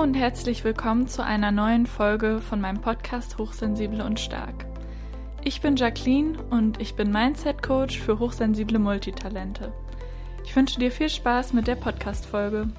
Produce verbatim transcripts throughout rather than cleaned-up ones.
und herzlich willkommen zu einer neuen Folge von meinem Podcast Hochsensibel und Stark. Ich bin Jacqueline und ich bin Mindset-Coach für hochsensible Multitalente. Ich wünsche dir viel Spaß mit der Podcast-Folge.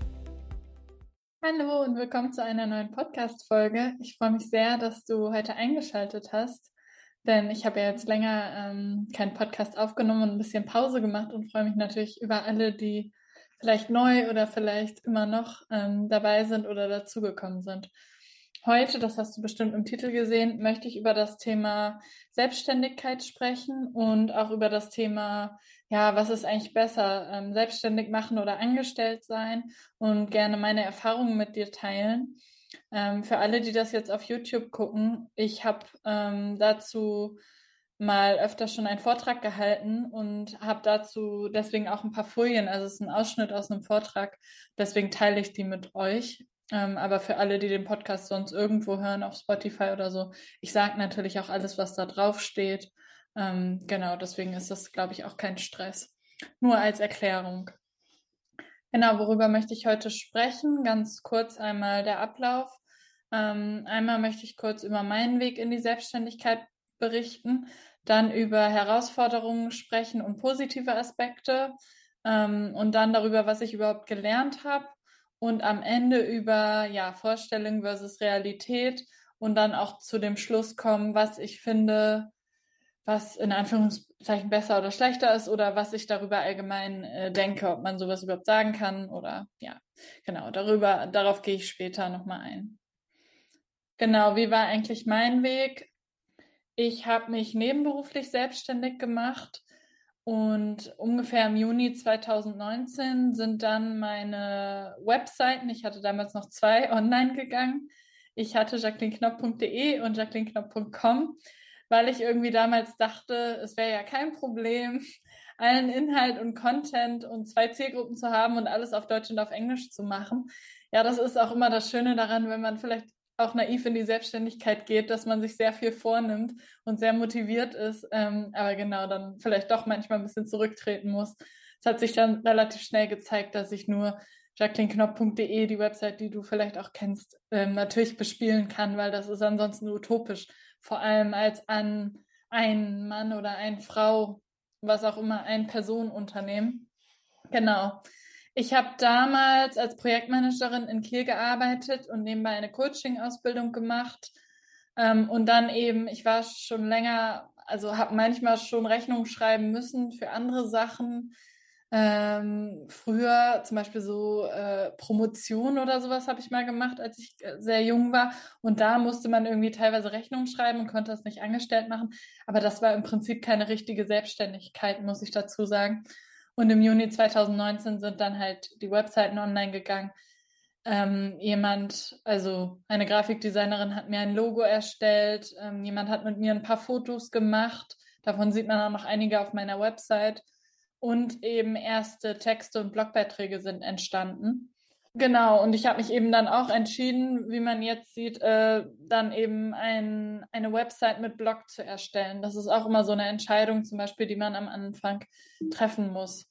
Hallo und willkommen zu einer neuen Podcast-Folge. Ich freue mich sehr, dass du heute eingeschaltet hast, denn ich habe ja jetzt länger ähm, keinen Podcast aufgenommen und ein bisschen Pause gemacht und freue mich natürlich über alle, die vielleicht neu oder vielleicht immer noch ähm, dabei sind oder dazugekommen sind. Heute, das hast du bestimmt im Titel gesehen, möchte ich über das Thema Selbstständigkeit sprechen und auch über das Thema, ja, was ist eigentlich besser, ähm, selbstständig machen oder angestellt sein, und gerne meine Erfahrungen mit dir teilen. Ähm, für alle, die das jetzt auf YouTube gucken, ich habe ähm, dazu mal öfter schon einen Vortrag gehalten und habe dazu deswegen auch ein paar Folien, also es ist ein Ausschnitt aus einem Vortrag, deswegen teile ich die mit euch. Ähm, aber für alle, die den Podcast sonst irgendwo hören, auf Spotify oder so, ich sage natürlich auch alles, was da drauf steht. Ähm, genau, deswegen ist das, glaube ich, auch kein Stress. Nur als Erklärung. Genau, worüber möchte ich heute sprechen? Ganz kurz einmal der Ablauf. Ähm, einmal möchte ich kurz über meinen Weg in die Selbstständigkeit berichten, dann über Herausforderungen sprechen und positive Aspekte ähm, und dann darüber, was ich überhaupt gelernt habe und am Ende über ja, Vorstellung versus Realität und dann auch zu dem Schluss kommen, was ich finde, was in Anführungszeichen besser oder schlechter ist oder was ich darüber allgemein äh, denke, ob man sowas überhaupt sagen kann oder ja, genau, darüber, darauf gehe ich später nochmal ein. Genau, wie war eigentlich mein Weg? Ich habe mich nebenberuflich selbstständig gemacht und ungefähr im Juni zweitausendneunzehn sind dann meine Webseiten, ich hatte damals noch zwei, online gegangen. Ich hatte jacqueline knopf punkt de und jacqueline knopf punkt com, weil ich irgendwie damals dachte, es wäre ja kein Problem, allen Inhalt und Content und zwei Zielgruppen zu haben und alles auf Deutsch und auf Englisch zu machen. Ja, das ist auch immer das Schöne daran, wenn man vielleicht auch naiv in die Selbstständigkeit geht, dass man sich sehr viel vornimmt und sehr motiviert ist, ähm, aber genau, dann vielleicht doch manchmal ein bisschen zurücktreten muss. Es hat sich dann relativ schnell gezeigt, dass ich nur jacqueline knopf punkt de, die Website, die du vielleicht auch kennst, ähm, natürlich bespielen kann, weil das ist ansonsten utopisch. Vor allem als an ein Mann oder eine Frau, was auch immer, ein Personenunternehmen. Genau. Ich habe damals als Projektmanagerin in Kiel gearbeitet und nebenbei eine Coaching-Ausbildung gemacht. Ähm, und dann eben, ich war schon länger, also habe manchmal schon Rechnungen schreiben müssen für andere Sachen. Ähm, früher zum Beispiel so äh, Promotion oder sowas habe ich mal gemacht, als ich äh, sehr jung war. Und da musste man irgendwie teilweise Rechnungen schreiben und konnte das nicht angestellt machen. Aber das war im Prinzip keine richtige Selbstständigkeit, muss ich dazu sagen. Und im Juni zweitausendneunzehn sind dann halt die Webseiten online gegangen. Ähm, jemand, also eine Grafikdesignerin hat mir ein Logo erstellt. Ähm, jemand hat mit mir ein paar Fotos gemacht. Davon sieht man auch noch einige auf meiner Website. Und eben erste Texte und Blogbeiträge sind entstanden. Genau, und ich habe mich eben dann auch entschieden, wie man jetzt sieht, äh, dann eben ein, eine Website mit Blog zu erstellen. Das ist auch immer so eine Entscheidung, zum Beispiel, die man am Anfang treffen muss.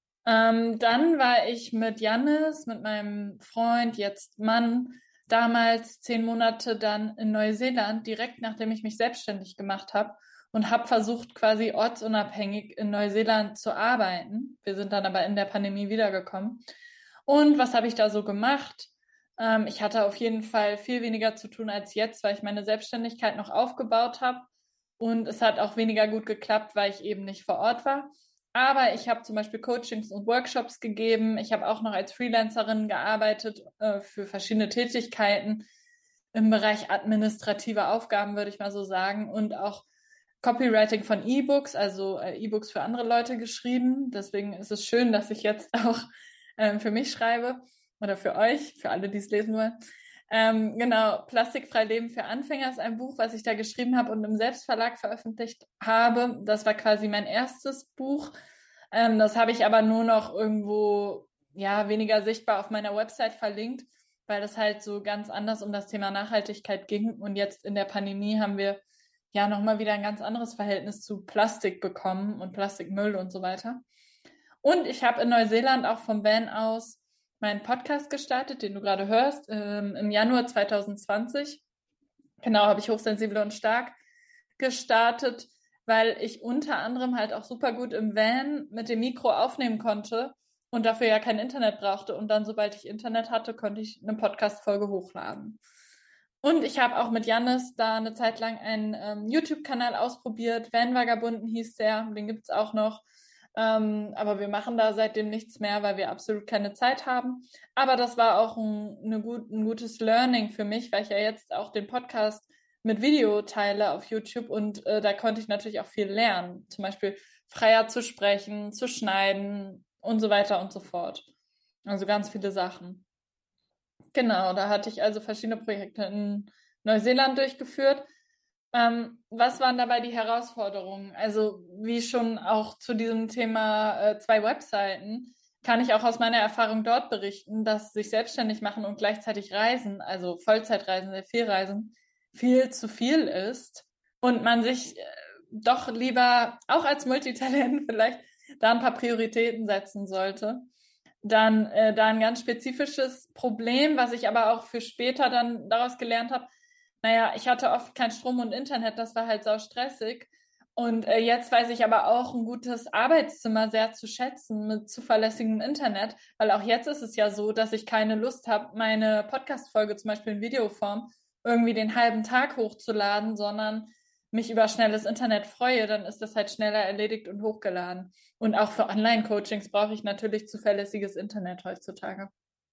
Ähm, dann war ich mit Jannis, mit meinem Freund, jetzt Mann, damals zehn Monate dann in Neuseeland, direkt nachdem ich mich selbstständig gemacht habe und habe versucht, quasi ortsunabhängig in Neuseeland zu arbeiten. Wir sind dann aber in der Pandemie wiedergekommen. Und was habe ich da so gemacht? Ähm, ich hatte auf jeden Fall viel weniger zu tun als jetzt, weil ich meine Selbstständigkeit noch aufgebaut habe. Und es hat auch weniger gut geklappt, weil ich eben nicht vor Ort war. Aber ich habe zum Beispiel Coachings und Workshops gegeben. Ich habe auch noch als Freelancerin gearbeitet äh, für verschiedene Tätigkeiten im Bereich administrative Aufgaben, würde ich mal so sagen. Und auch Copywriting von E-Books, also äh, E-Books für andere Leute geschrieben. Deswegen ist es schön, dass ich jetzt auch ähm, für mich schreibe oder für euch, für alle, die es lesen wollen. Ähm, genau, Plastikfrei Leben für Anfänger ist ein Buch, was ich da geschrieben habe und im Selbstverlag veröffentlicht habe. Das war quasi mein erstes Buch. Ähm, das habe ich aber nur noch irgendwo, ja, weniger sichtbar auf meiner Website verlinkt, weil das halt so ganz anders um das Thema Nachhaltigkeit ging. Und jetzt in der Pandemie haben wir ja nochmal wieder ein ganz anderes Verhältnis zu Plastik bekommen und Plastikmüll und so weiter. Und ich habe in Neuseeland auch vom Van aus meinen Podcast gestartet, den du gerade hörst, ähm, im Januar zwanzig zwanzig. Genau, habe ich Hochsensibel und Stark gestartet, weil ich unter anderem halt auch super gut im Van mit dem Mikro aufnehmen konnte und dafür ja kein Internet brauchte. Und dann, sobald ich Internet hatte, konnte ich eine Podcast-Folge hochladen. Und ich habe auch mit Jannis da eine Zeit lang einen ähm, YouTube-Kanal ausprobiert. Van Vagabunden hieß der, den gibt's auch noch. Ähm, aber wir machen da seitdem nichts mehr, weil wir absolut keine Zeit haben. Aber das war auch ein, eine gut, ein gutes Learning für mich, weil ich ja jetzt auch den Podcast mit Video teile auf YouTube und äh, da konnte ich natürlich auch viel lernen. Zum Beispiel freier zu sprechen, zu schneiden und so weiter und so fort. Also ganz viele Sachen. Genau, da hatte ich also verschiedene Projekte in Neuseeland durchgeführt. Ähm, was waren dabei die Herausforderungen? Also wie schon auch zu diesem Thema äh, zwei Webseiten, kann ich auch aus meiner Erfahrung dort berichten, dass sich selbstständig machen und gleichzeitig reisen, also Vollzeitreisen, sehr viel reisen, viel zu viel ist und man sich äh, doch lieber auch als Multitalent vielleicht da ein paar Prioritäten setzen sollte. Dann äh, da ein ganz spezifisches Problem, was ich aber auch für später dann daraus gelernt habe. Naja, ich hatte oft kein Strom und Internet, das war halt sau stressig. Und äh, jetzt weiß ich aber auch ein gutes Arbeitszimmer sehr zu schätzen mit zuverlässigem Internet, weil auch jetzt ist es ja so, dass ich keine Lust habe, meine Podcast-Folge zum Beispiel in Videoform irgendwie den halben Tag hochzuladen, sondern mich über schnelles Internet freue, dann ist das halt schneller erledigt und hochgeladen. Und auch für Online-Coachings brauche ich natürlich zuverlässiges Internet heutzutage.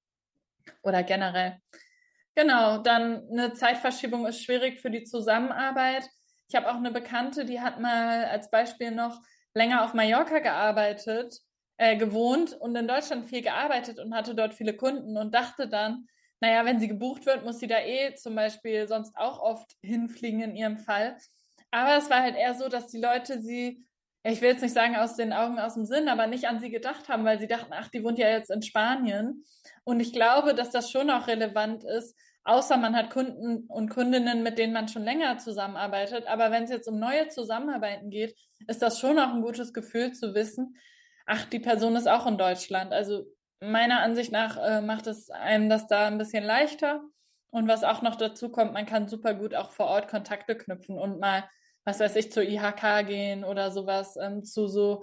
Oder generell. Genau, dann eine Zeitverschiebung ist schwierig für die Zusammenarbeit. Ich habe auch eine Bekannte, die hat mal als Beispiel noch länger auf Mallorca gearbeitet, äh, gewohnt und in Deutschland viel gearbeitet und hatte dort viele Kunden und dachte dann, naja, wenn sie gebucht wird, muss sie da eh zum Beispiel sonst auch oft hinfliegen in ihrem Fall. Aber es war halt eher so, dass die Leute sie, ja, ich will jetzt nicht sagen aus den Augen, aus dem Sinn, aber nicht an sie gedacht haben, weil sie dachten, ach, die wohnt ja jetzt in Spanien. Und ich glaube, dass das schon auch relevant ist, außer man hat Kunden und Kundinnen, mit denen man schon länger zusammenarbeitet. Aber wenn es jetzt um neue Zusammenarbeiten geht, ist das schon auch ein gutes Gefühl zu wissen, ach, die Person ist auch in Deutschland. Also meiner Ansicht nach äh, macht es einem das da ein bisschen leichter. Und was auch noch dazu kommt, man kann super gut auch vor Ort Kontakte knüpfen und mal, was weiß ich, zur I H K gehen oder sowas, ähm, zu so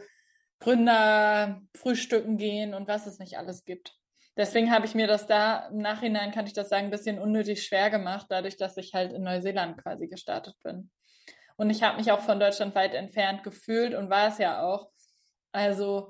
Gründerfrühstücken gehen und was es nicht alles gibt. Deswegen habe ich mir das da im Nachhinein, kann ich das sagen, ein bisschen unnötig schwer gemacht, dadurch, dass ich halt in Neuseeland quasi gestartet bin. Und ich habe mich auch von Deutschland weit entfernt gefühlt und war es ja auch. Also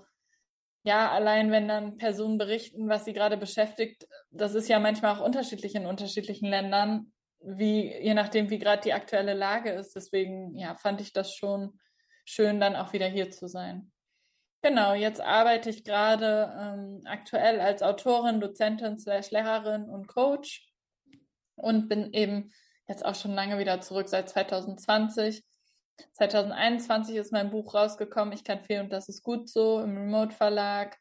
ja, allein wenn dann Personen berichten, was sie gerade beschäftigt, das ist ja manchmal auch unterschiedlich in unterschiedlichen Ländern, wie, je nachdem, wie gerade die aktuelle Lage ist. Deswegen, ja, fand ich das schon schön, dann auch wieder hier zu sein. Genau, jetzt arbeite ich gerade ähm, aktuell als Autorin, Dozentin slash Lehrerin und Coach und bin eben jetzt auch schon lange wieder zurück, seit zwanzig zwanzig. zwanzig einundzwanzig ist mein Buch rausgekommen, Ich kann viel und das ist gut so, im Remote Verlag.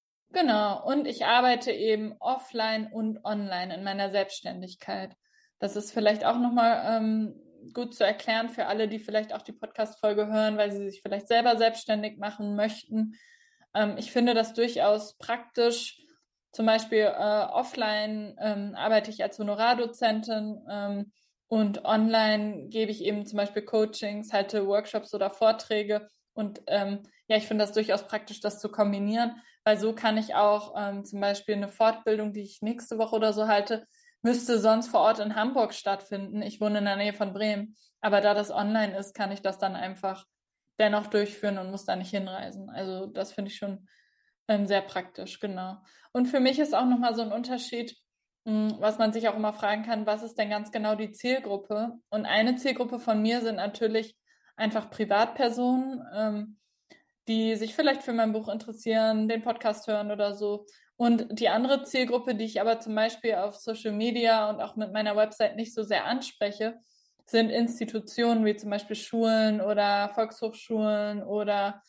Genau, und ich arbeite eben offline und online in meiner Selbstständigkeit. Das ist vielleicht auch nochmal ähm, gut zu erklären für alle, die vielleicht auch die Podcast-Folge hören, weil sie sich vielleicht selber selbstständig machen möchten. Ähm, ich finde das durchaus praktisch. Zum Beispiel äh, offline ähm, arbeite ich als Honorardozentin ähm, und online gebe ich eben zum Beispiel Coachings, halte Workshops oder Vorträge. Und ähm, ja, ich finde das durchaus praktisch, das zu kombinieren, weil so kann ich auch ähm, zum Beispiel eine Fortbildung, die ich nächste Woche oder so halte, müsste sonst vor Ort in Hamburg stattfinden. Ich wohne in der Nähe von Bremen. Aber da das online ist, kann ich das dann einfach dennoch durchführen und muss da nicht hinreisen. Also das finde ich schon ähm, sehr praktisch, genau. Und für mich ist auch nochmal so ein Unterschied, mh, was man sich auch immer fragen kann, was ist denn ganz genau die Zielgruppe? Und eine Zielgruppe von mir sind natürlich einfach Privatpersonen, ähm, die sich vielleicht für mein Buch interessieren, den Podcast hören oder so. Und die andere Zielgruppe, die ich aber zum Beispiel auf Social Media und auch mit meiner Website nicht so sehr anspreche, sind Institutionen wie zum Beispiel Schulen oder Volkshochschulen oder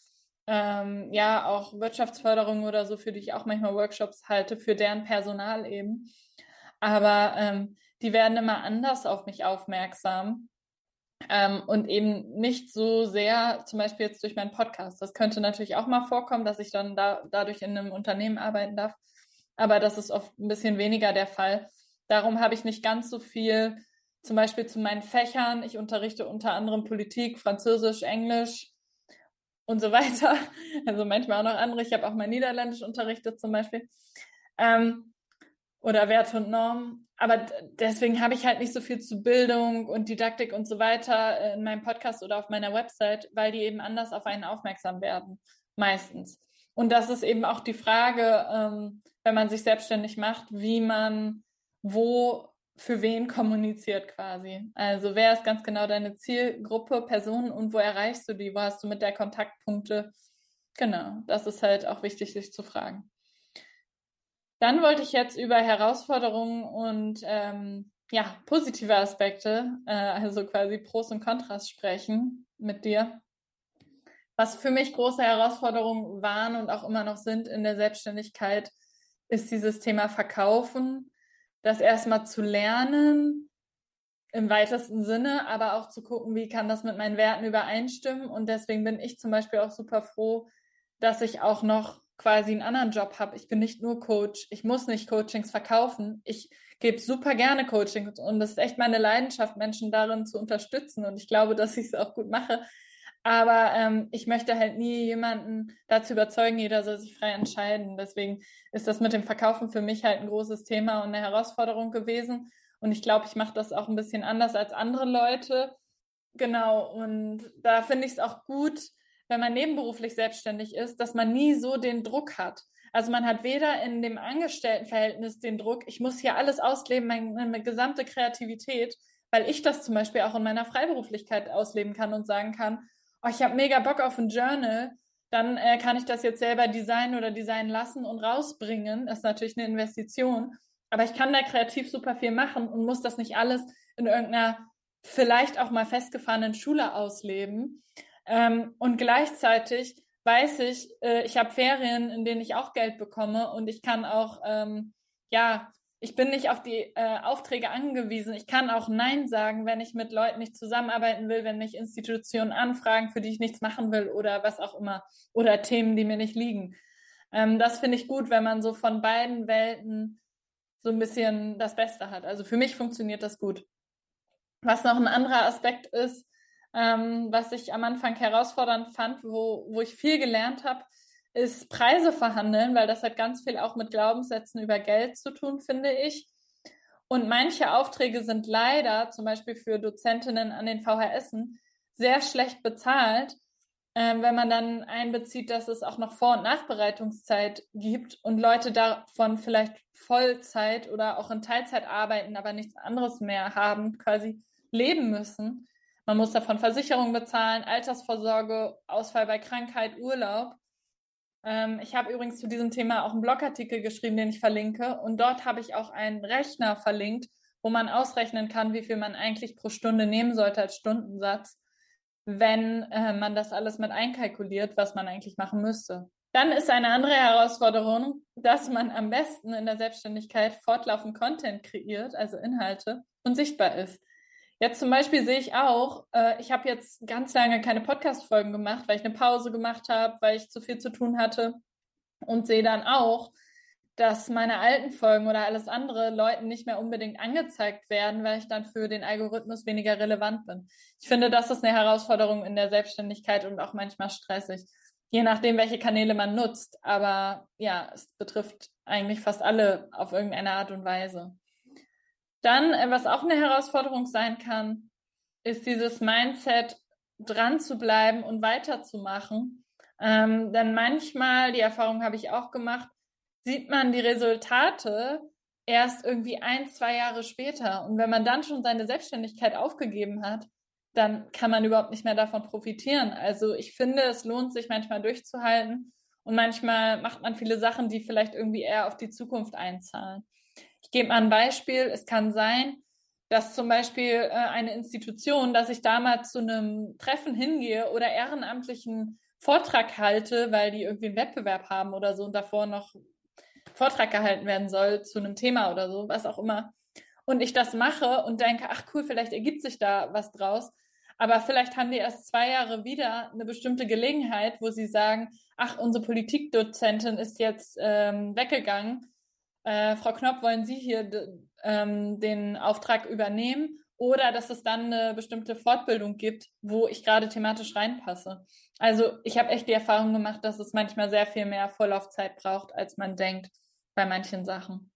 ähm, ja auch Wirtschaftsförderung oder so, für die ich auch manchmal Workshops halte, für deren Personal eben. Aber ähm, die werden immer anders auf mich aufmerksam. Ähm, und eben nicht so sehr, zum Beispiel jetzt durch meinen Podcast. Das könnte natürlich auch mal vorkommen, dass ich dann da, dadurch in einem Unternehmen arbeiten darf. aber das ist oft ein bisschen weniger der Fall. Darum habe ich nicht ganz so viel, zum Beispiel zu meinen Fächern. Ich unterrichte unter anderem Politik, Französisch, Englisch und so weiter. Also manchmal auch noch andere. Ich habe auch mal Niederländisch unterrichtet zum Beispiel. Ähm, oder Werte und Normen. Aber deswegen habe ich halt nicht so viel zu Bildung und Didaktik und so weiter in meinem Podcast oder auf meiner Website, weil die eben anders auf einen aufmerksam werden, meistens. Und das ist eben auch die Frage, ähm, wenn man sich selbstständig macht, wie man wo für wen kommuniziert quasi. Also wer ist ganz genau deine Zielgruppe, Person und wo erreichst du die? Wo hast du mit der Kontaktpunkte? Genau, das ist halt auch wichtig, sich zu fragen. Dann wollte ich jetzt über Herausforderungen und ähm, ja, positive Aspekte, äh, also quasi Pros und Kontras sprechen mit dir. Was für mich große Herausforderungen waren und auch immer noch sind in der Selbstständigkeit, ist dieses Thema Verkaufen. Das erstmal zu lernen, im weitesten Sinne, aber auch zu gucken, wie kann das mit meinen Werten übereinstimmen. Und deswegen bin ich zum Beispiel auch super froh, dass ich auch noch quasi einen anderen Job habe. Ich bin nicht nur Coach. Ich muss nicht Coachings verkaufen. Ich gebe super gerne Coachings und das ist echt meine Leidenschaft, Menschen darin zu unterstützen. Und ich glaube, dass ich es auch gut mache. Aber ähm, ich möchte halt nie jemanden dazu überzeugen, jeder soll sich frei entscheiden. Deswegen ist das mit dem Verkaufen für mich halt ein großes Thema und eine Herausforderung gewesen. Und ich glaube, ich mache das auch ein bisschen anders als andere Leute. Genau, und da finde ich es auch gut, wenn man nebenberuflich selbstständig ist, dass man nie so den Druck hat. Also man hat weder in dem Angestelltenverhältnis den Druck, ich muss hier alles ausleben, meine, meine gesamte Kreativität, weil ich das zum Beispiel auch in meiner Freiberuflichkeit ausleben kann und sagen kann, oh, ich habe mega Bock auf ein Journal, dann äh, kann ich das jetzt selber designen oder designen lassen und rausbringen. Das ist natürlich eine Investition. Aber ich kann da kreativ super viel machen und muss das nicht alles in irgendeiner vielleicht auch mal festgefahrenen Schule ausleben. Ähm, und gleichzeitig weiß ich, äh, ich habe Ferien, in denen ich auch Geld bekomme und ich kann auch, ähm, ja, ich bin nicht auf die äh, Aufträge angewiesen. Ich kann auch Nein sagen, wenn ich mit Leuten nicht zusammenarbeiten will, wenn mich Institutionen anfragen, für die ich nichts machen will oder was auch immer. Oder Themen, die mir nicht liegen. Ähm, das finde ich gut, wenn man so von beiden Welten so ein bisschen das Beste hat. Also für mich funktioniert das gut. Was noch ein anderer Aspekt ist, ähm, was ich am Anfang herausfordernd fand, wo, wo ich viel gelernt habe, ist Preise verhandeln, weil das hat ganz viel auch mit Glaubenssätzen über Geld zu tun, finde ich. Und manche Aufträge sind leider, zum Beispiel für Dozentinnen an den V H S'en, sehr schlecht bezahlt, ähm, wenn man dann einbezieht, dass es auch noch Vor- und Nachbereitungszeit gibt und Leute davon vielleicht Vollzeit oder auch in Teilzeit arbeiten, aber nichts anderes mehr haben, quasi leben müssen. Man muss davon Versicherung bezahlen, Altersvorsorge, Ausfall bei Krankheit, Urlaub. Ähm, ich habe übrigens zu diesem Thema auch einen Blogartikel geschrieben, den ich verlinke. Und dort habe ich auch einen Rechner verlinkt, wo man ausrechnen kann, wie viel man eigentlich pro Stunde nehmen sollte als Stundensatz, wenn äh, man das alles mit einkalkuliert, was man eigentlich machen müsste. Dann ist eine andere Herausforderung, dass man am besten in der Selbstständigkeit fortlaufend Content kreiert, also Inhalte, und sichtbar ist. Jetzt zum Beispiel sehe ich auch, äh, ich habe jetzt ganz lange keine Podcast-Folgen gemacht, weil ich eine Pause gemacht habe, weil ich zu viel zu tun hatte und sehe dann auch, dass meine alten Folgen oder alles andere Leuten nicht mehr unbedingt angezeigt werden, weil ich dann für den Algorithmus weniger relevant bin. Ich finde, das ist eine Herausforderung in der Selbstständigkeit und auch manchmal stressig, je nachdem, welche Kanäle man nutzt. Aber ja, es betrifft eigentlich fast alle auf irgendeine Art und Weise. Dann, was auch eine Herausforderung sein kann, ist dieses Mindset, dran zu bleiben und weiterzumachen. Ähm, denn manchmal, die Erfahrung habe ich auch gemacht, sieht man die Resultate erst irgendwie ein, zwei Jahre später. Und wenn man dann schon seine Selbstständigkeit aufgegeben hat, dann kann man überhaupt nicht mehr davon profitieren. Also ich finde, es lohnt sich manchmal durchzuhalten und manchmal macht man viele Sachen, die vielleicht irgendwie eher auf die Zukunft einzahlen. Ich gebe mal ein Beispiel. Es kann sein, dass zum Beispiel äh, eine Institution, dass ich da mal zu einem Treffen hingehe oder ehrenamtlichen Vortrag halte, weil die irgendwie einen Wettbewerb haben oder so und davor noch Vortrag gehalten werden soll zu einem Thema oder so, was auch immer. Und ich das mache und denke, ach cool, vielleicht ergibt sich da was draus. Aber vielleicht haben die erst zwei Jahre wieder eine bestimmte Gelegenheit, wo sie sagen, ach, unsere Politikdozentin ist jetzt ähm, weggegangen. äh, Frau Knopp, wollen Sie hier d- ähm, den Auftrag übernehmen? Oder dass es dann eine bestimmte Fortbildung gibt, wo ich gerade thematisch reinpasse. Also ich habe echt die Erfahrung gemacht, dass es manchmal sehr viel mehr Vorlaufzeit braucht, als man denkt bei manchen Sachen.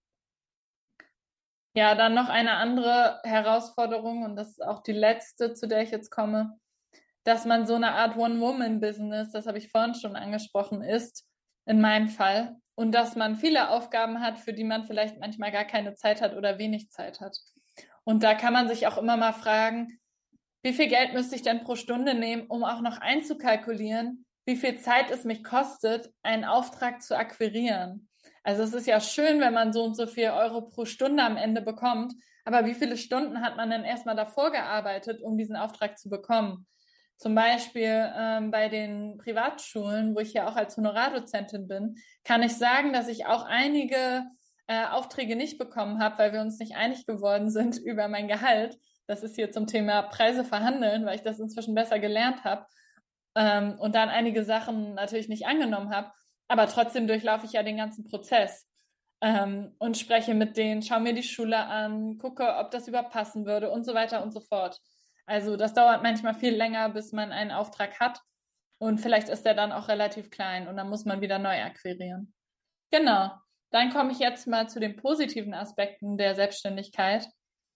Ja, dann noch eine andere Herausforderung, und das ist auch die letzte, zu der ich jetzt komme, dass man so eine Art One-Woman-Business, das habe ich vorhin schon angesprochen, ist, in meinem Fall. Und dass man viele Aufgaben hat, für die man vielleicht manchmal gar keine Zeit hat oder wenig Zeit hat. Und da kann man sich auch immer mal fragen, wie viel Geld müsste ich denn pro Stunde nehmen, um auch noch einzukalkulieren, wie viel Zeit es mich kostet, einen Auftrag zu akquirieren. Also es ist ja schön, wenn man so und so viel Euro pro Stunde am Ende bekommt, aber wie viele Stunden hat man denn erstmal davor gearbeitet, um diesen Auftrag zu bekommen? Zum Beispiel ähm, bei den Privatschulen, wo ich ja auch als Honorardozentin bin, kann ich sagen, dass ich auch einige äh, Aufträge nicht bekommen habe, weil wir uns nicht einig geworden sind über mein Gehalt. Das ist hier zum Thema Preise verhandeln, weil ich das inzwischen besser gelernt habe ähm, und dann einige Sachen natürlich nicht angenommen habe. Aber trotzdem durchlaufe ich ja den ganzen Prozess ähm, und spreche mit denen, schaue mir die Schule an, gucke, ob das überpassen würde und so weiter und so fort. Also das dauert manchmal viel länger, bis man einen Auftrag hat und vielleicht ist der dann auch relativ klein und dann muss man wieder neu akquirieren. Genau. Dann komme ich jetzt mal zu den positiven Aspekten der Selbstständigkeit.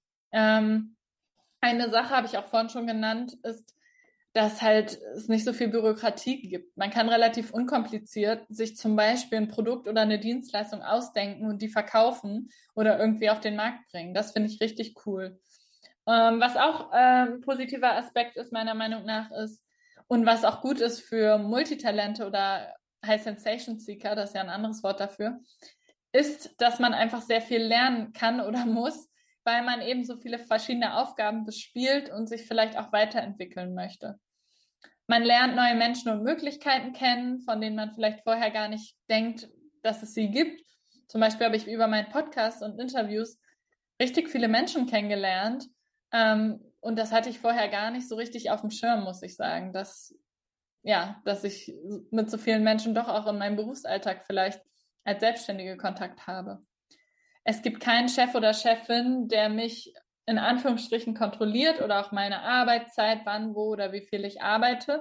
Ähm, eine Sache habe ich auch vorhin schon genannt, ist, dass halt es nicht so viel Bürokratie gibt. Man kann relativ unkompliziert sich zum Beispiel ein Produkt oder eine Dienstleistung ausdenken und die verkaufen oder irgendwie auf den Markt bringen. Das finde ich richtig cool. Ähm, was auch ein ähm, positiver Aspekt ist, meiner Meinung nach, ist, und was auch gut ist für Multitalente oder High Sensation Seeker, das ist ja ein anderes Wort dafür, ist, dass man einfach sehr viel lernen kann oder muss, weil man eben so viele verschiedene Aufgaben bespielt und sich vielleicht auch weiterentwickeln möchte. Man lernt neue Menschen und Möglichkeiten kennen, von denen man vielleicht vorher gar nicht denkt, dass es sie gibt. Zum Beispiel habe ich über meinen Podcast und Interviews richtig viele Menschen kennengelernt. Ähm, und das hatte ich vorher gar nicht so richtig auf dem Schirm, muss ich sagen, dass, ja, dass ich mit so vielen Menschen doch auch in meinem Berufsalltag vielleicht als Selbstständige Kontakt habe. Es gibt keinen Chef oder Chefin, der mich in Anführungsstrichen kontrolliert oder auch meine Arbeitszeit, wann, wo oder wie viel ich arbeite,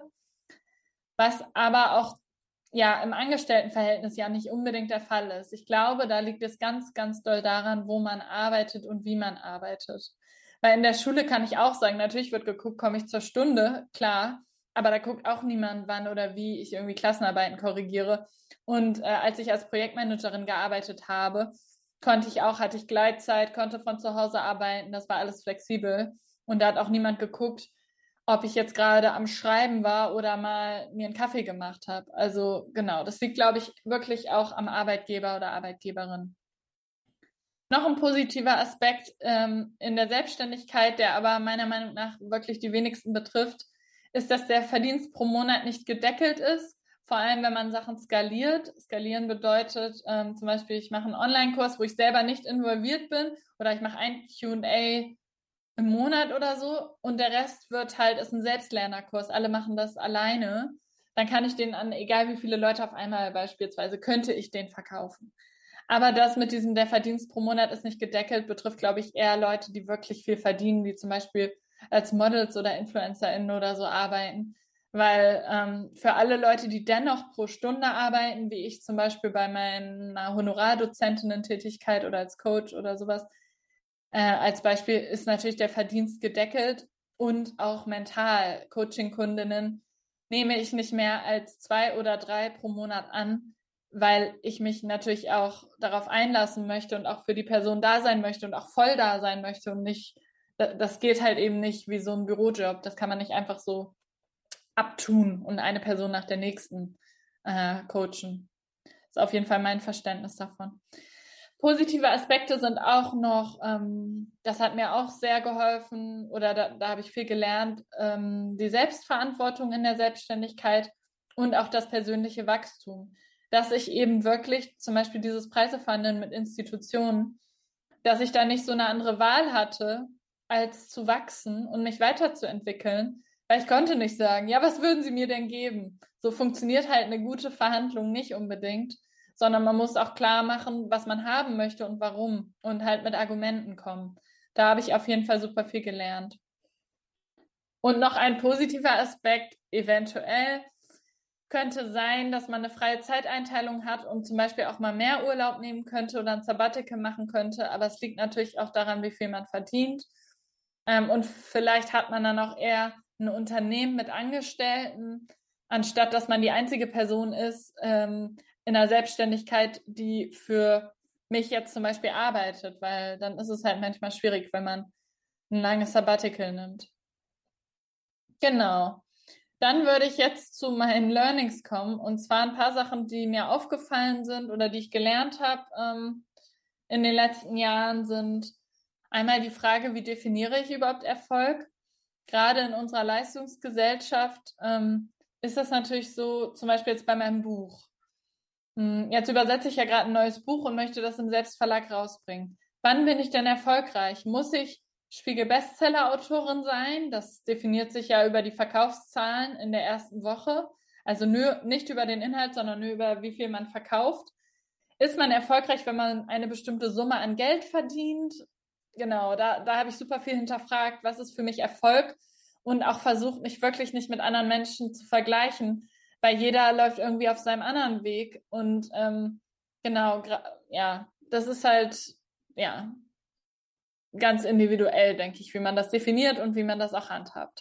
was aber auch ja im Angestelltenverhältnis ja nicht unbedingt der Fall ist. Ich glaube, da liegt es ganz, ganz doll daran, wo man arbeitet und wie man arbeitet. Weil in der Schule kann ich auch sagen, natürlich wird geguckt, komme ich zur Stunde, klar, aber da guckt auch niemand, wann oder wie ich irgendwie Klassenarbeiten korrigiere. Und äh, als ich als Projektmanagerin gearbeitet habe, konnte ich auch, hatte ich Gleitzeit, konnte von zu Hause arbeiten, das war alles flexibel. Und da hat auch niemand geguckt, ob ich jetzt gerade am Schreiben war oder mal mir einen Kaffee gemacht habe. Also genau, das liegt, glaube ich, wirklich auch am Arbeitgeber oder Arbeitgeberin. Noch ein positiver Aspekt ähm, in der Selbstständigkeit, der aber meiner Meinung nach wirklich die wenigsten betrifft, ist, dass der Verdienst pro Monat nicht gedeckelt ist. Vor allem, wenn man Sachen skaliert. Skalieren bedeutet ähm, zum Beispiel, ich mache einen Online-Kurs, wo ich selber nicht involviert bin, oder ich mache ein Q und A im Monat oder so und der Rest wird halt, ist ein Selbstlernerkurs. Alle machen das alleine. Dann kann ich den an, egal wie viele Leute auf einmal beispielsweise, könnte ich den verkaufen. Aber das mit diesem, der Verdienst pro Monat ist nicht gedeckelt, betrifft, glaube ich, eher Leute, die wirklich viel verdienen, wie zum Beispiel als Models oder InfluencerInnen oder so arbeiten. Weil ähm, für alle Leute, die dennoch pro Stunde arbeiten, wie ich zum Beispiel bei meiner Honorardozentinnen-Tätigkeit oder als Coach oder sowas, äh, als Beispiel ist natürlich der Verdienst gedeckelt und auch mental. Coaching-Kundinnen nehme ich nicht mehr als zwei oder drei pro Monat an, weil ich mich natürlich auch darauf einlassen möchte und auch für die Person da sein möchte und auch voll da sein möchte und nicht, das geht halt eben nicht wie so ein Bürojob. Das kann man nicht einfach so abtun und eine Person nach der nächsten äh, coachen. Das ist auf jeden Fall mein Verständnis davon. Positive Aspekte sind auch noch, ähm, das hat mir auch sehr geholfen oder da, da habe ich viel gelernt, ähm, die Selbstverantwortung in der Selbstständigkeit und auch das persönliche Wachstum. Dass ich eben wirklich zum Beispiel dieses Preiseverhandeln mit Institutionen, dass ich da nicht so eine andere Wahl hatte, als zu wachsen und mich weiterzuentwickeln, weil ich konnte nicht sagen, ja, was würden Sie mir denn geben? So funktioniert halt eine gute Verhandlung nicht unbedingt, sondern man muss auch klar machen, was man haben möchte und warum und halt mit Argumenten kommen. Da habe ich auf jeden Fall super viel gelernt. Und noch ein positiver Aspekt, eventuell könnte sein, dass man eine freie Zeiteinteilung hat und zum Beispiel auch mal mehr Urlaub nehmen könnte oder ein Sabbatical machen könnte. Aber es liegt natürlich auch daran, wie viel man verdient. Ähm, und vielleicht hat man dann auch eher ein Unternehmen mit Angestellten, anstatt dass man die einzige Person ist ähm, in der Selbstständigkeit, die für mich jetzt zum Beispiel arbeitet, weil dann ist es halt manchmal schwierig, wenn man ein langes Sabbatical nimmt. Genau. Dann würde ich jetzt zu meinen Learnings kommen, und zwar ein paar Sachen, die mir aufgefallen sind oder die ich gelernt habe ähm, in den letzten Jahren, sind einmal die Frage, wie definiere ich überhaupt Erfolg? Gerade in unserer Leistungsgesellschaft ähm, ist das natürlich so, zum Beispiel jetzt bei meinem Buch. Hm, Jetzt übersetze ich ja gerade ein neues Buch und möchte das im Selbstverlag rausbringen. Wann bin ich denn erfolgreich? Muss ich Spiegel-Bestseller-Autorin sein? Das definiert sich ja über die Verkaufszahlen in der ersten Woche. Also nur, nicht über den Inhalt, sondern nur über wie viel man verkauft. Ist man erfolgreich, wenn man eine bestimmte Summe an Geld verdient? Genau, da, da habe ich super viel hinterfragt, was ist für mich Erfolg, und auch versucht, mich wirklich nicht mit anderen Menschen zu vergleichen, weil jeder läuft irgendwie auf seinem anderen Weg. Und ähm, genau, ja, das ist halt, ja, ganz individuell, denke ich, wie man das definiert und wie man das auch handhabt.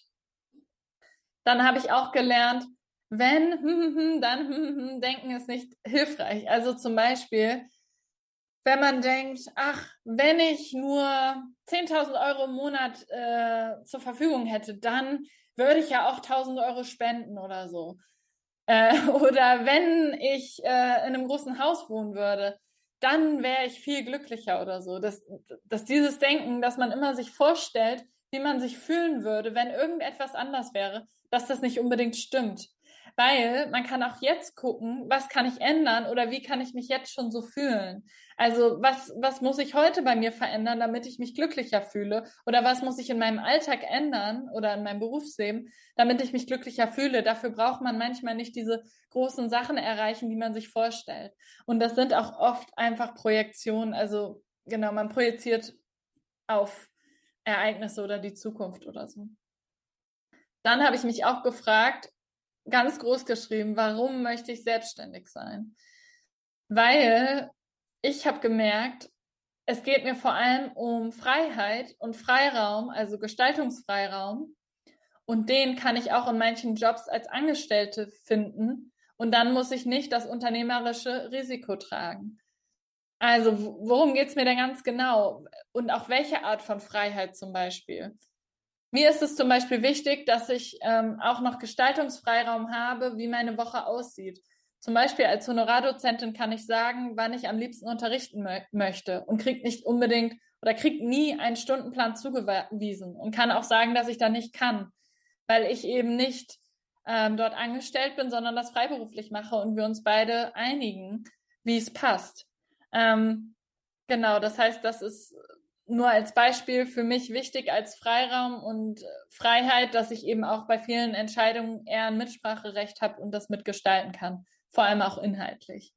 Dann habe ich auch gelernt, wenn, hm, hm, hm, dann hm, hm, denken ist nicht hilfreich. Also zum Beispiel, wenn man denkt, ach, wenn ich nur zehntausend Euro im Monat äh, zur Verfügung hätte, dann würde ich ja auch tausend Euro spenden oder so. Äh, oder wenn ich äh, in einem großen Haus wohnen würde, dann wäre ich viel glücklicher oder so. Dass, dass dieses Denken, dass man immer sich vorstellt, wie man sich fühlen würde, wenn irgendetwas anders wäre, dass das nicht unbedingt stimmt. Weil man kann auch jetzt gucken, was kann ich ändern oder wie kann ich mich jetzt schon so fühlen. Also was, was muss ich heute bei mir verändern, damit ich mich glücklicher fühle? Oder was muss ich in meinem Alltag ändern oder in meinem Berufsleben, damit ich mich glücklicher fühle? Dafür braucht man manchmal nicht diese großen Sachen erreichen, die man sich vorstellt. Und das sind auch oft einfach Projektionen. Also genau, man projiziert auf Ereignisse oder die Zukunft oder so. Dann habe ich mich auch gefragt, ganz groß geschrieben, warum möchte ich selbstständig sein? Weil ich habe gemerkt, es geht mir vor allem um Freiheit und Freiraum, also Gestaltungsfreiraum. Und den kann ich auch in manchen Jobs als Angestellte finden. Und dann muss ich nicht das unternehmerische Risiko tragen. Also worum geht es mir denn ganz genau? Und auch welche Art von Freiheit zum Beispiel? Mir ist es zum Beispiel wichtig, dass ich ähm, auch noch Gestaltungsfreiraum habe, wie meine Woche aussieht. Zum Beispiel als Honorardozentin kann ich sagen, wann ich am liebsten unterrichten mö möchte und kriege nicht unbedingt oder kriege nie einen Stundenplan zugewiesen und kann auch sagen, dass ich da nicht kann, weil ich eben nicht ähm, dort angestellt bin, sondern das freiberuflich mache und wir uns beide einigen, wie es passt. Ähm, genau, das heißt, das ist nur als Beispiel für mich wichtig als Freiraum und Freiheit, dass ich eben auch bei vielen Entscheidungen eher ein Mitspracherecht habe und das mitgestalten kann, vor allem auch inhaltlich.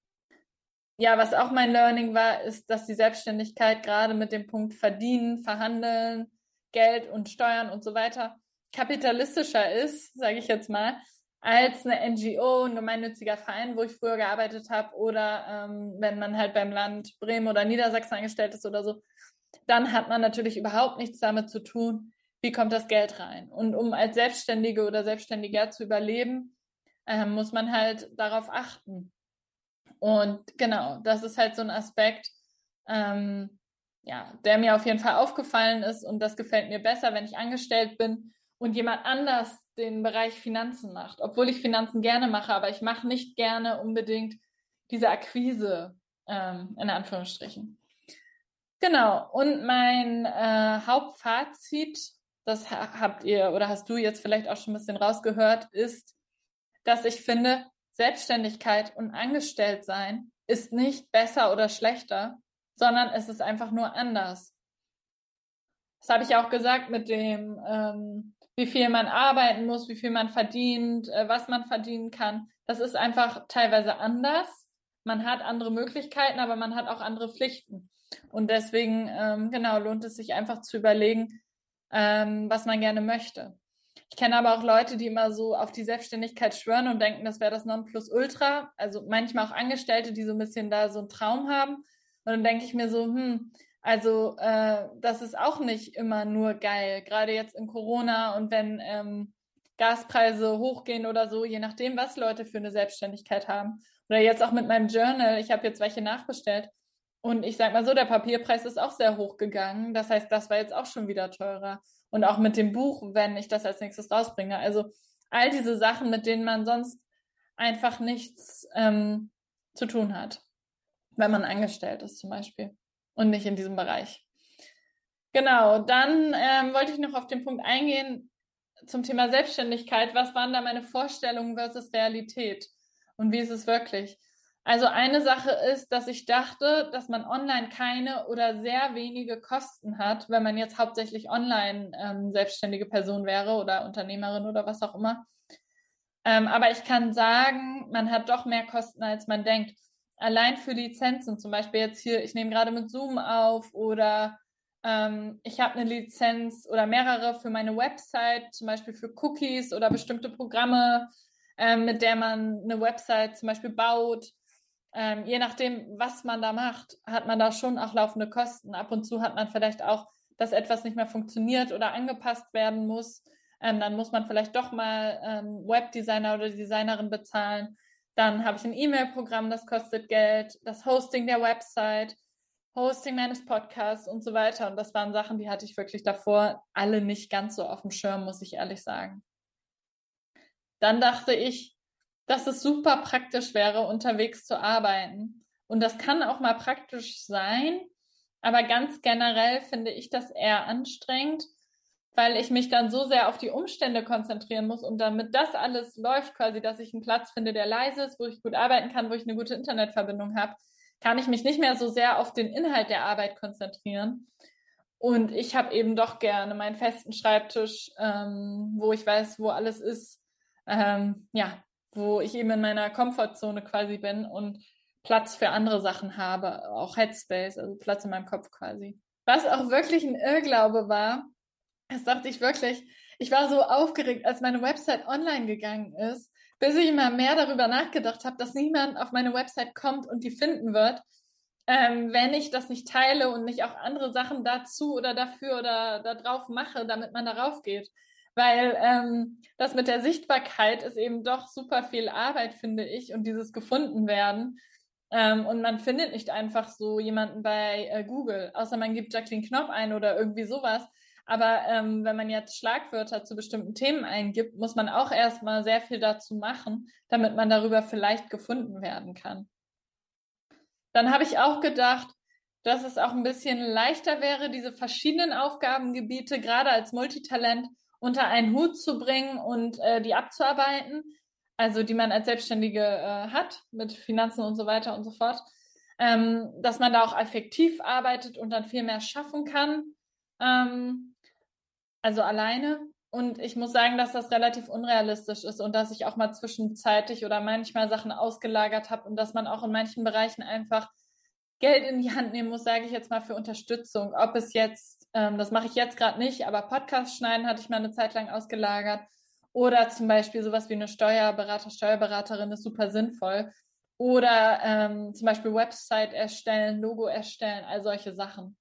Ja, was auch mein Learning war, ist, dass die Selbstständigkeit gerade mit dem Punkt Verdienen, Verhandeln, Geld und Steuern und so weiter kapitalistischer ist, sage ich jetzt mal, als eine N G O, ein gemeinnütziger Verein, wo ich früher gearbeitet habe, oder ähm, wenn man halt beim Land Bremen oder Niedersachsen angestellt ist oder so, dann hat man natürlich überhaupt nichts damit zu tun, wie kommt das Geld rein. Und um als Selbstständige oder Selbstständiger zu überleben, äh, muss man halt darauf achten. Und genau, das ist halt so ein Aspekt, ähm, ja, der mir auf jeden Fall aufgefallen ist, und das gefällt mir besser, wenn ich angestellt bin und jemand anders den Bereich Finanzen macht, obwohl ich Finanzen gerne mache, aber ich mache nicht gerne unbedingt diese Akquise, ähm, in Anführungsstrichen. Genau, und mein äh, Hauptfazit, das ha habt ihr oder hast du jetzt vielleicht auch schon ein bisschen rausgehört, ist, dass ich finde, Selbstständigkeit und Angestelltsein ist nicht besser oder schlechter, sondern es ist einfach nur anders. Das habe ich auch gesagt mit dem, ähm, wie viel man arbeiten muss, wie viel man verdient, äh, was man verdienen kann. Das ist einfach teilweise anders, man hat andere Möglichkeiten, aber man hat auch andere Pflichten. Und deswegen, ähm, genau, lohnt es sich einfach zu überlegen, ähm, was man gerne möchte. Ich kenne aber auch Leute, die immer so auf die Selbstständigkeit schwören und denken, das wäre das Nonplusultra. Also manchmal auch Angestellte, die so ein bisschen da so einen Traum haben. Und dann denke ich mir so, hm, also äh, das ist auch nicht immer nur geil. Gerade jetzt in Corona und wenn ähm, Gaspreise hochgehen oder so, je nachdem, was Leute für eine Selbstständigkeit haben. Oder jetzt auch mit meinem Journal. Ich habe jetzt welche nachbestellt. Und ich sag mal so, der Papierpreis ist auch sehr hoch gegangen. Das heißt, das war jetzt auch schon wieder teurer. Und auch mit dem Buch, wenn ich das als nächstes rausbringe. Also all diese Sachen, mit denen man sonst einfach nichts ähm, zu tun hat, wenn man angestellt ist zum Beispiel und nicht in diesem Bereich. Genau, dann ähm, wollte ich noch auf den Punkt eingehen zum Thema Selbstständigkeit. Was waren da meine Vorstellungen versus Realität? Und wie ist es wirklich? Also eine Sache ist, dass ich dachte, dass man online keine oder sehr wenige Kosten hat, wenn man jetzt hauptsächlich online ähm, selbstständige Person wäre oder Unternehmerin oder was auch immer. Ähm, aber ich kann sagen, man hat doch mehr Kosten, als man denkt. Allein für Lizenzen, zum Beispiel jetzt hier, ich nehme gerade mit Zoom auf oder ähm, ich habe eine Lizenz oder mehrere für meine Website, zum Beispiel für Cookies oder bestimmte Programme, ähm, mit der man eine Website zum Beispiel baut. Ähm, je nachdem, was man da macht, hat man da schon auch laufende Kosten. Ab und zu hat man vielleicht auch, dass etwas nicht mehr funktioniert oder angepasst werden muss. Ähm, dann muss man vielleicht doch mal ähm, Webdesigner oder Designerin bezahlen. Dann habe ich ein E-Mail-Programm, das kostet Geld, das Hosting der Website, Hosting meines Podcasts und so weiter. Und das waren Sachen, die hatte ich wirklich davor alle nicht ganz so auf dem Schirm, muss ich ehrlich sagen. Dann dachte ich, dass es super praktisch wäre, unterwegs zu arbeiten. Und das kann auch mal praktisch sein, aber ganz generell finde ich das eher anstrengend, weil ich mich dann so sehr auf die Umstände konzentrieren muss und damit das alles läuft, quasi, dass ich einen Platz finde, der leise ist, wo ich gut arbeiten kann, wo ich eine gute Internetverbindung habe, kann ich mich nicht mehr so sehr auf den Inhalt der Arbeit konzentrieren. Und ich habe eben doch gerne meinen festen Schreibtisch, ähm, wo ich weiß, wo alles ist, ähm, ja, wo ich eben in meiner Komfortzone quasi bin und Platz für andere Sachen habe, auch Headspace, also Platz in meinem Kopf quasi. Was auch wirklich ein Irrglaube war, das dachte ich wirklich, ich war so aufgeregt, als meine Website online gegangen ist, bis ich immer mehr darüber nachgedacht habe, dass niemand auf meine Website kommt und die finden wird, ähm, wenn ich das nicht teile und nicht auch andere Sachen dazu oder dafür oder da drauf mache, damit man darauf geht. Weil ähm, das mit der Sichtbarkeit ist eben doch super viel Arbeit, finde ich, und dieses gefunden werden. Ähm, und man findet nicht einfach so jemanden bei äh, Google, außer man gibt Jacqueline Knopf ein oder irgendwie sowas. Aber ähm, wenn man jetzt Schlagwörter zu bestimmten Themen eingibt, muss man auch erstmal sehr viel dazu machen, damit man darüber vielleicht gefunden werden kann. Dann habe ich auch gedacht, dass es auch ein bisschen leichter wäre, diese verschiedenen Aufgabengebiete gerade als Multitalent unter einen Hut zu bringen und äh, die abzuarbeiten, also die man als Selbstständige äh, hat mit Finanzen und so weiter und so fort, ähm, dass man da auch effektiv arbeitet und dann viel mehr schaffen kann, ähm, also alleine. Und ich muss sagen, dass das relativ unrealistisch ist und dass ich auch mal zwischenzeitlich oder manchmal Sachen ausgelagert habe und dass man auch in manchen Bereichen einfach Geld in die Hand nehmen muss, sage ich jetzt mal, für Unterstützung. Ob es jetzt, ähm, das mache ich jetzt gerade nicht, aber Podcast schneiden hatte ich mal eine Zeit lang ausgelagert. Oder zum Beispiel sowas wie eine Steuerberater, Steuerberaterin ist super sinnvoll. Oder ähm, zum Beispiel Website erstellen, Logo erstellen, all solche Sachen.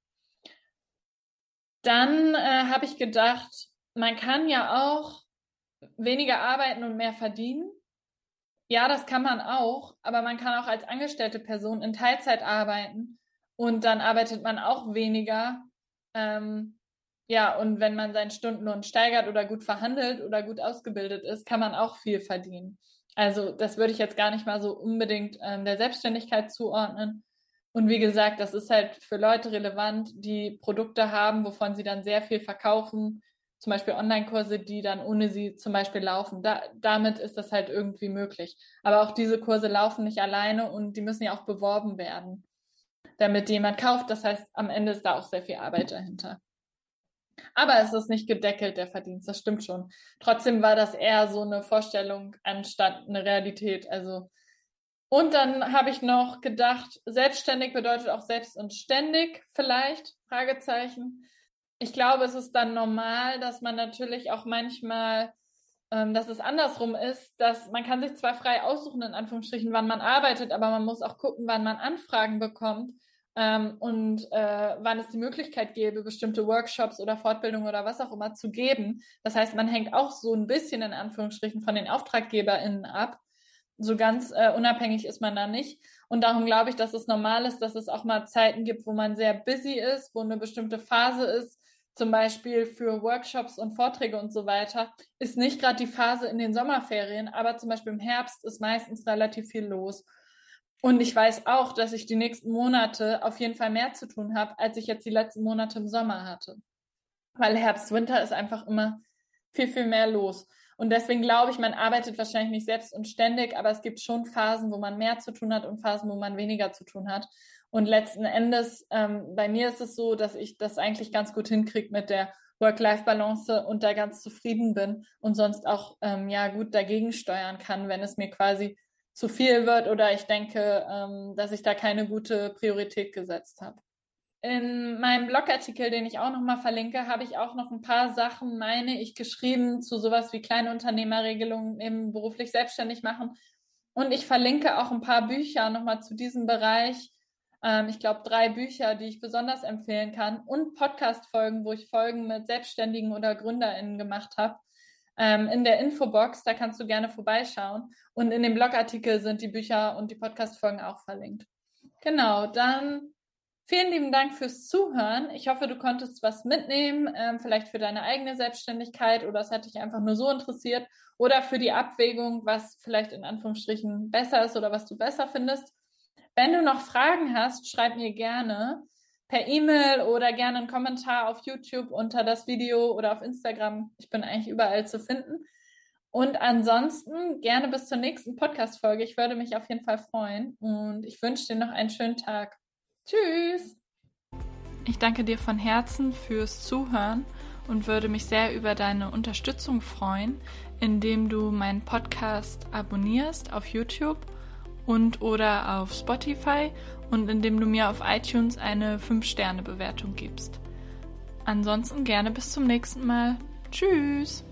Dann äh, habe ich gedacht, man kann ja auch weniger arbeiten und mehr verdienen. Ja, das kann man auch, aber man kann auch als angestellte Person in Teilzeit arbeiten und dann arbeitet man auch weniger. Ähm, ja, und wenn man seinen Stundenlohn steigert oder gut verhandelt oder gut ausgebildet ist, kann man auch viel verdienen. Also das würde ich jetzt gar nicht mal so unbedingt ähm, der Selbstständigkeit zuordnen. Und wie gesagt, das ist halt für Leute relevant, die Produkte haben, wovon sie dann sehr viel verkaufen, zum Beispiel Online-Kurse, die dann ohne sie zum Beispiel laufen. Da, damit ist das halt irgendwie möglich. Aber auch diese Kurse laufen nicht alleine und die müssen ja auch beworben werden, damit jemand kauft. Das heißt, am Ende ist da auch sehr viel Arbeit dahinter. Aber es ist nicht gedeckelt, der Verdienst, das stimmt schon. Trotzdem war das eher so eine Vorstellung anstatt eine Realität. Also Und dann habe ich noch gedacht, selbstständig bedeutet auch selbst und ständig vielleicht, Fragezeichen. Ich glaube, es ist dann normal, dass man natürlich auch manchmal, ähm, dass es andersrum ist, dass man kann sich zwar frei aussuchen, in Anführungsstrichen, wann man arbeitet, aber man muss auch gucken, wann man Anfragen bekommt ähm, und äh, wann es die Möglichkeit gäbe, bestimmte Workshops oder Fortbildungen oder was auch immer zu geben. Das heißt, man hängt auch so ein bisschen in Anführungsstrichen von den AuftraggeberInnen ab. So ganz äh, unabhängig ist man da nicht. Und darum glaube ich, dass es normal ist, dass es auch mal Zeiten gibt, wo man sehr busy ist, wo eine bestimmte Phase ist, zum Beispiel für Workshops und Vorträge und so weiter, ist nicht gerade die Phase in den Sommerferien, aber zum Beispiel im Herbst ist meistens relativ viel los. Und ich weiß auch, dass ich die nächsten Monate auf jeden Fall mehr zu tun habe, als ich jetzt die letzten Monate im Sommer hatte. Weil Herbst, Winter ist einfach immer viel, viel mehr los. Und deswegen glaube ich, man arbeitet wahrscheinlich nicht selbst und ständig, aber es gibt schon Phasen, wo man mehr zu tun hat und Phasen, wo man weniger zu tun hat. Und letzten Endes, ähm, bei mir ist es so, dass ich das eigentlich ganz gut hinkriege mit der Work-Life-Balance und da ganz zufrieden bin und sonst auch ähm, ja gut dagegen steuern kann, wenn es mir quasi zu viel wird oder ich denke, ähm, dass ich da keine gute Priorität gesetzt habe. In meinem Blogartikel, den ich auch nochmal verlinke, habe ich auch noch ein paar Sachen, meine ich, geschrieben zu sowas wie Kleinunternehmerregelungen eben beruflich selbstständig machen. Und ich verlinke auch ein paar Bücher nochmal zu diesem Bereich. Ähm, ich glaube, drei Bücher, die ich besonders empfehlen kann und Podcast-Folgen, wo ich Folgen mit Selbstständigen oder GründerInnen gemacht habe. Ähm, in der Infobox, da kannst du gerne vorbeischauen. Und in dem Blogartikel sind die Bücher und die Podcast-Folgen auch verlinkt. Genau, dann vielen lieben Dank fürs Zuhören. Ich hoffe, du konntest was mitnehmen, ähm, vielleicht für deine eigene Selbstständigkeit oder es hat dich einfach nur so interessiert oder für die Abwägung, was vielleicht in Anführungsstrichen besser ist oder was du besser findest. Wenn du noch Fragen hast, schreib mir gerne per E-Mail oder gerne einen Kommentar auf YouTube unter das Video oder auf Instagram. Ich bin eigentlich überall zu finden. Und ansonsten gerne bis zur nächsten Podcast-Folge. Ich würde mich auf jeden Fall freuen und ich wünsche dir noch einen schönen Tag. Tschüss! Ich danke dir von Herzen fürs Zuhören und würde mich sehr über deine Unterstützung freuen, indem du meinen Podcast abonnierst auf YouTube und oder auf Spotify und indem du mir auf iTunes eine fünf Sterne Bewertung gibst. Ansonsten gerne bis zum nächsten Mal. Tschüss!